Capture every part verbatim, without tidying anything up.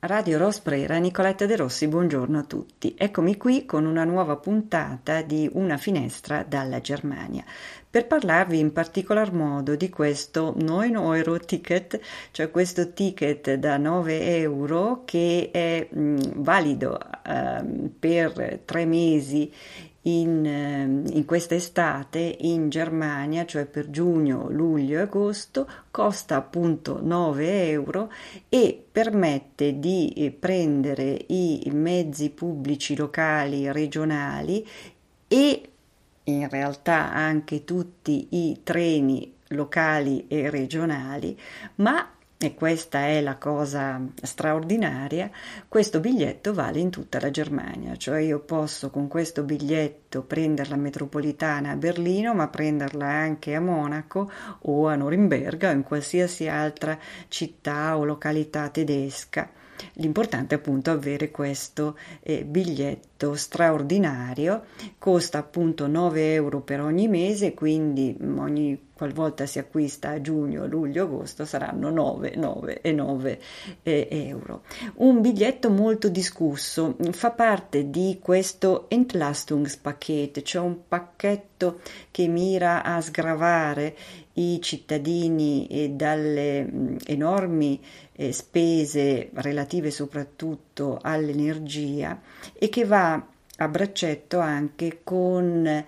Radio Rosprera, Nicoletta De Rossi, buongiorno a tutti. Eccomi qui con una nuova puntata di Una finestra dalla Germania per parlarvi in particolar modo di questo nove euro ticket, cioè questo ticket da nove euro che è mh, valido eh, per tre mesi in, in questa estate in Germania, cioè per giugno, luglio e agosto, costa appunto nove euro e permette di prendere i mezzi pubblici locali, regionali e in realtà anche tutti i treni locali e regionali, ma e questa è la cosa straordinaria, questo biglietto vale in tutta la Germania, cioè io posso con questo biglietto prendere la metropolitana a Berlino, ma prenderla anche a Monaco o a Norimberga o in qualsiasi altra città o località tedesca. L'importante è appunto avere questo eh, biglietto straordinario, costa appunto nove euro per ogni mese, quindi ogni qualvolta si acquista a giugno, luglio, agosto saranno nove, nove e nove eh, euro. Un biglietto molto discusso, fa parte di questo Entlastungspaket, cioè un pacchetto che mira a sgravare i cittadini eh, dalle mh, enormi eh, spese relative soprattutto all'energia e che va a braccetto anche con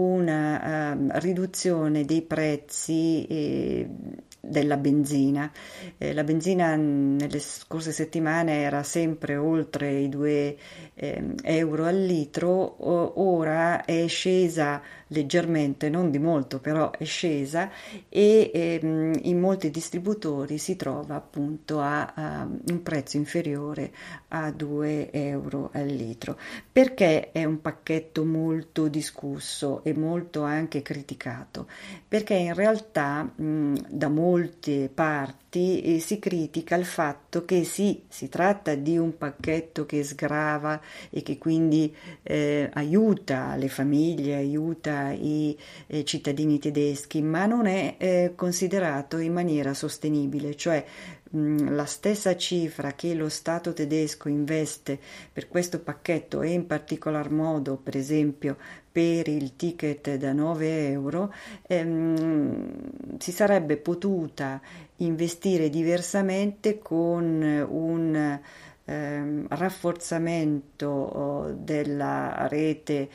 una uh, riduzione dei prezzi eh, della benzina. Eh, la benzina nelle scorse settimane era sempre oltre i due eh, euro al litro, o, ora è scesa leggermente, non di molto, però è scesa e ehm, in molti distributori si trova appunto a, a un prezzo inferiore a due euro al litro. Perché è un pacchetto molto discusso e molto anche criticato? Perché in realtà mh, da molte parti eh, si critica il fatto che sì, si tratta di un pacchetto che sgrava e che quindi eh, aiuta le famiglie, aiuta i eh, cittadini tedeschi, ma non è eh, considerato in maniera sostenibile, cioè mh, la stessa cifra che lo Stato tedesco investe per questo pacchetto e in particolar modo, per esempio, per il ticket da nove euro, ehm, si sarebbe potuta investire diversamente con un ehm, rafforzamento oh, della rete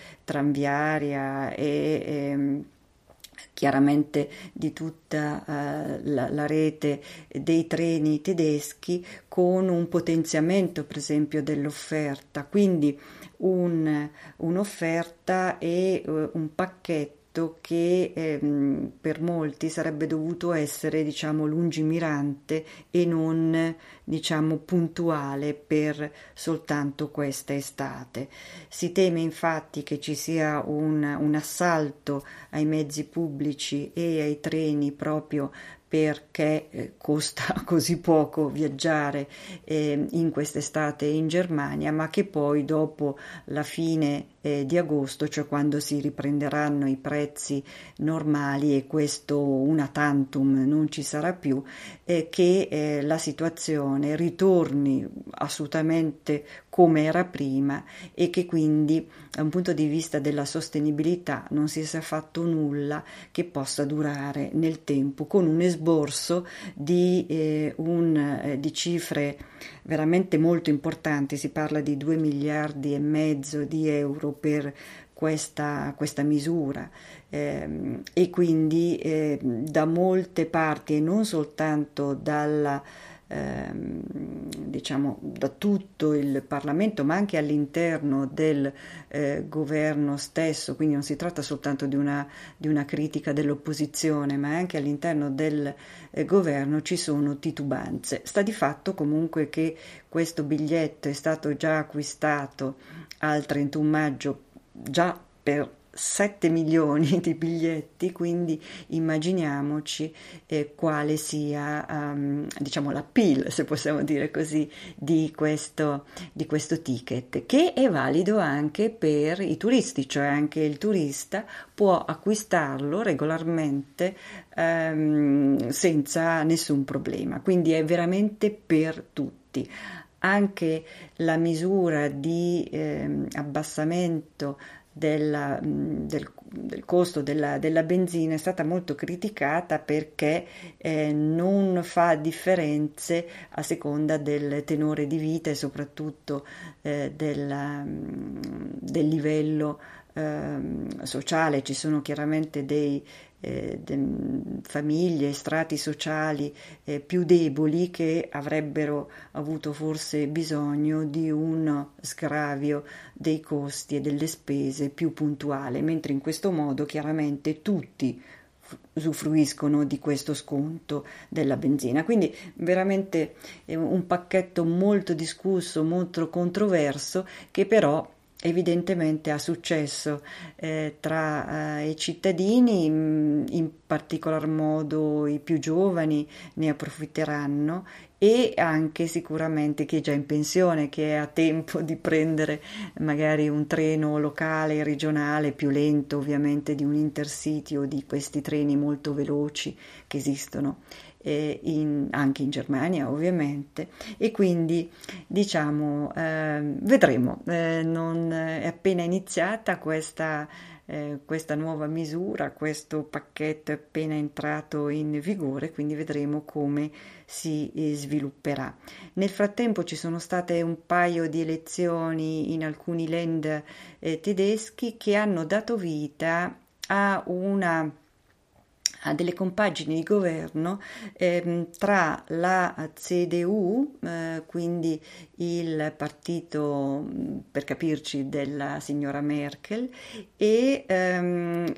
tranviaria e ehm, chiaramente di tutta uh, la, la rete dei treni tedeschi con un potenziamento per esempio dell'offerta, quindi un, un'offerta e uh, un pacchetto che ehm, per molti sarebbe dovuto essere diciamo lungimirante e non diciamo puntuale per soltanto questa estate. Si teme infatti che ci sia un, un assalto ai mezzi pubblici e ai treni proprio perché eh, costa così poco viaggiare eh, in quest'estate in Germania, ma che poi dopo la fine eh, di agosto, cioè quando si riprenderanno i prezzi normali e questo una tantum non ci sarà più, eh, che eh, la situazione ritorni assolutamente come era prima e che quindi da un punto di vista della sostenibilità non si sia fatto nulla che possa durare nel tempo con un esborso di, eh, un, eh, di cifre veramente molto importanti. Si parla di due miliardi e mezzo di euro per questa, questa misura eh, e quindi eh, da molte parti e non soltanto dalla Ehm, diciamo da tutto il Parlamento, ma anche all'interno del eh, governo stesso, quindi non si tratta soltanto di una, di una critica dell'opposizione, ma anche all'interno del eh, governo ci sono titubanze. Sta di fatto comunque che questo biglietto è stato già acquistato al trentuno maggio già per sette milioni di biglietti, quindi immaginiamoci eh, quale sia um, diciamo l'appeal, se possiamo dire così, di questo, di questo ticket, che è valido anche per i turisti, cioè anche il turista può acquistarlo regolarmente um, senza nessun problema, quindi è veramente per tutti. anche la misura di eh, abbassamento della, del, del costo della, della benzina è stata molto criticata perché eh, non fa differenze a seconda del tenore di vita e soprattutto eh, della, del livello eh, sociale. Ci sono chiaramente dei eh, de, famiglie, strati sociali eh, più deboli che avrebbero avuto forse bisogno di un sgravio dei costi e delle spese più puntuale, mentre in questo modo chiaramente tutti usufruiscono di questo sconto della benzina. Quindi veramente è un pacchetto molto discusso, molto controverso, che però evidentemente ha successo eh, tra eh, i cittadini, in, in particolar modo i più giovani ne approfitteranno, e anche sicuramente chi è già in pensione, che ha tempo di prendere magari un treno locale, regionale, più lento ovviamente di un Intercity o di questi treni molto veloci che esistono eh, in, anche in Germania ovviamente, e quindi diciamo eh, vedremo, eh, non è appena iniziata questa Eh, questa nuova misura, questo pacchetto è appena entrato in vigore, quindi vedremo come si eh, svilupperà. Nel frattempo ci sono state un paio di elezioni in alcuni land eh, tedeschi che hanno dato vita a una a delle compagini di governo ehm, tra la C D U, eh, quindi il partito, per capirci, della signora Merkel, e, ehm,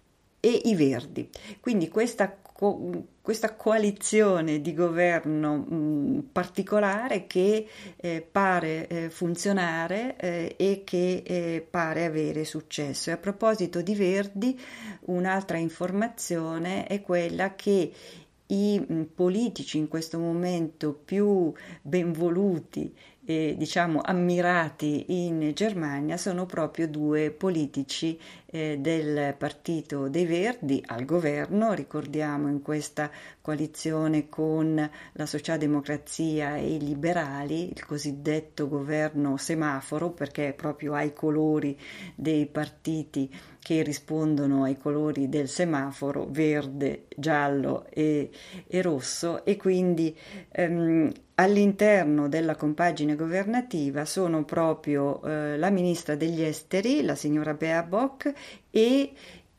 e i Verdi. Quindi questa co- questa coalizione di governo mh, particolare che eh, pare eh, funzionare eh, e che eh, pare avere successo. E a proposito di Verdi, un'altra informazione è quella che i mh, politici in questo momento più benvoluti e diciamo ammirati in Germania sono proprio due politici eh, del partito dei Verdi al governo, ricordiamo in questa coalizione con la socialdemocrazia e i liberali, il cosiddetto governo semaforo, perché proprio ha i colori dei partiti che rispondono ai colori del semaforo, verde, giallo e, e rosso, e quindi ehm, all'interno della compagine governativa sono proprio eh, la ministra degli esteri, la signora Baerbock, e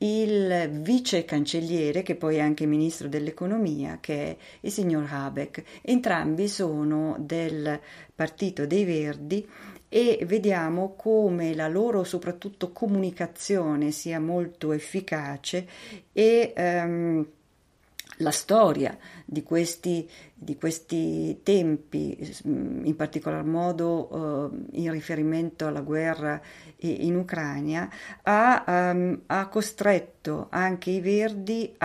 il vice cancelliere, che poi è anche ministro dell'economia, che è il signor Habeck. Entrambi sono del Partito dei Verdi, e vediamo come la loro soprattutto comunicazione sia molto efficace, e ehm, la storia di questi, di questi tempi, in particolar modo eh, in riferimento alla guerra in Ucraina, ha, um, ha costretto anche i Verdi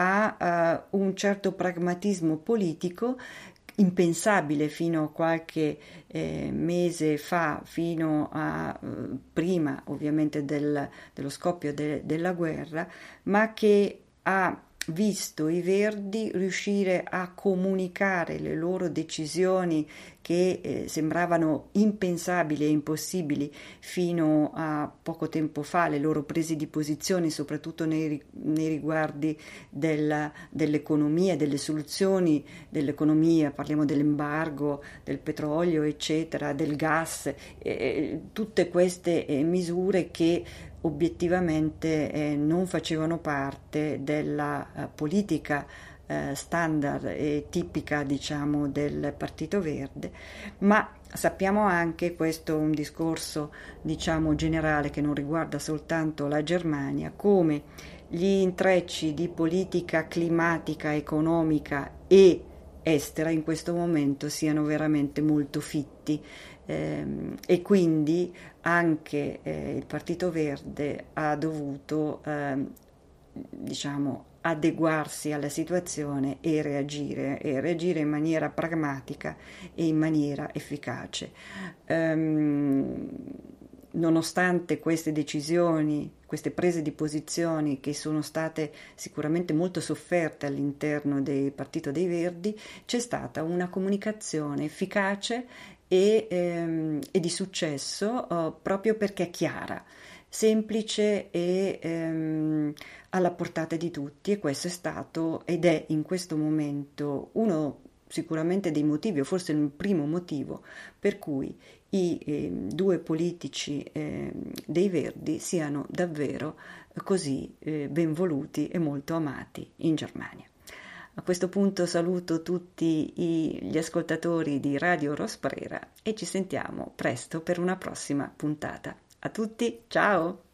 a uh, un certo pragmatismo politico impensabile fino a qualche eh, mese fa, fino a eh, prima ovviamente del, dello scoppio de, della guerra, ma che ha visto i Verdi riuscire a comunicare le loro decisioni che eh, sembravano impensabili e impossibili fino a poco tempo fa, le loro prese di posizione soprattutto nei, nei riguardi della, dell'economia, delle soluzioni dell'economia, parliamo dell'embargo del petrolio eccetera, del gas, eh, tutte queste eh, misure che obiettivamente eh, non facevano parte della uh, politica uh, standard e tipica, diciamo, del Partito Verde, ma sappiamo anche, questo è un discorso diciamo generale che non riguarda soltanto la Germania, come gli intrecci di politica climatica, economica e estera in questo momento siano veramente molto fitti. Eh, e quindi anche eh, il Partito Verde ha dovuto eh, diciamo adeguarsi alla situazione e reagire e reagire in maniera pragmatica e in maniera efficace. Um, nonostante queste decisioni, queste prese di posizioni che sono state sicuramente molto sofferte all'interno del Partito dei Verdi, c'è stata una comunicazione efficace e, ehm, e di successo eh, proprio perché è chiara, semplice e ehm, alla portata di tutti, e questo è stato ed è in questo momento uno sicuramente dei motivi, o forse il primo motivo, per cui i eh, due politici eh, dei Verdi siano davvero così eh, ben voluti e molto amati in Germania. A questo punto saluto tutti i- gli ascoltatori di Radio Rosprera e ci sentiamo presto per una prossima puntata. A tutti, ciao!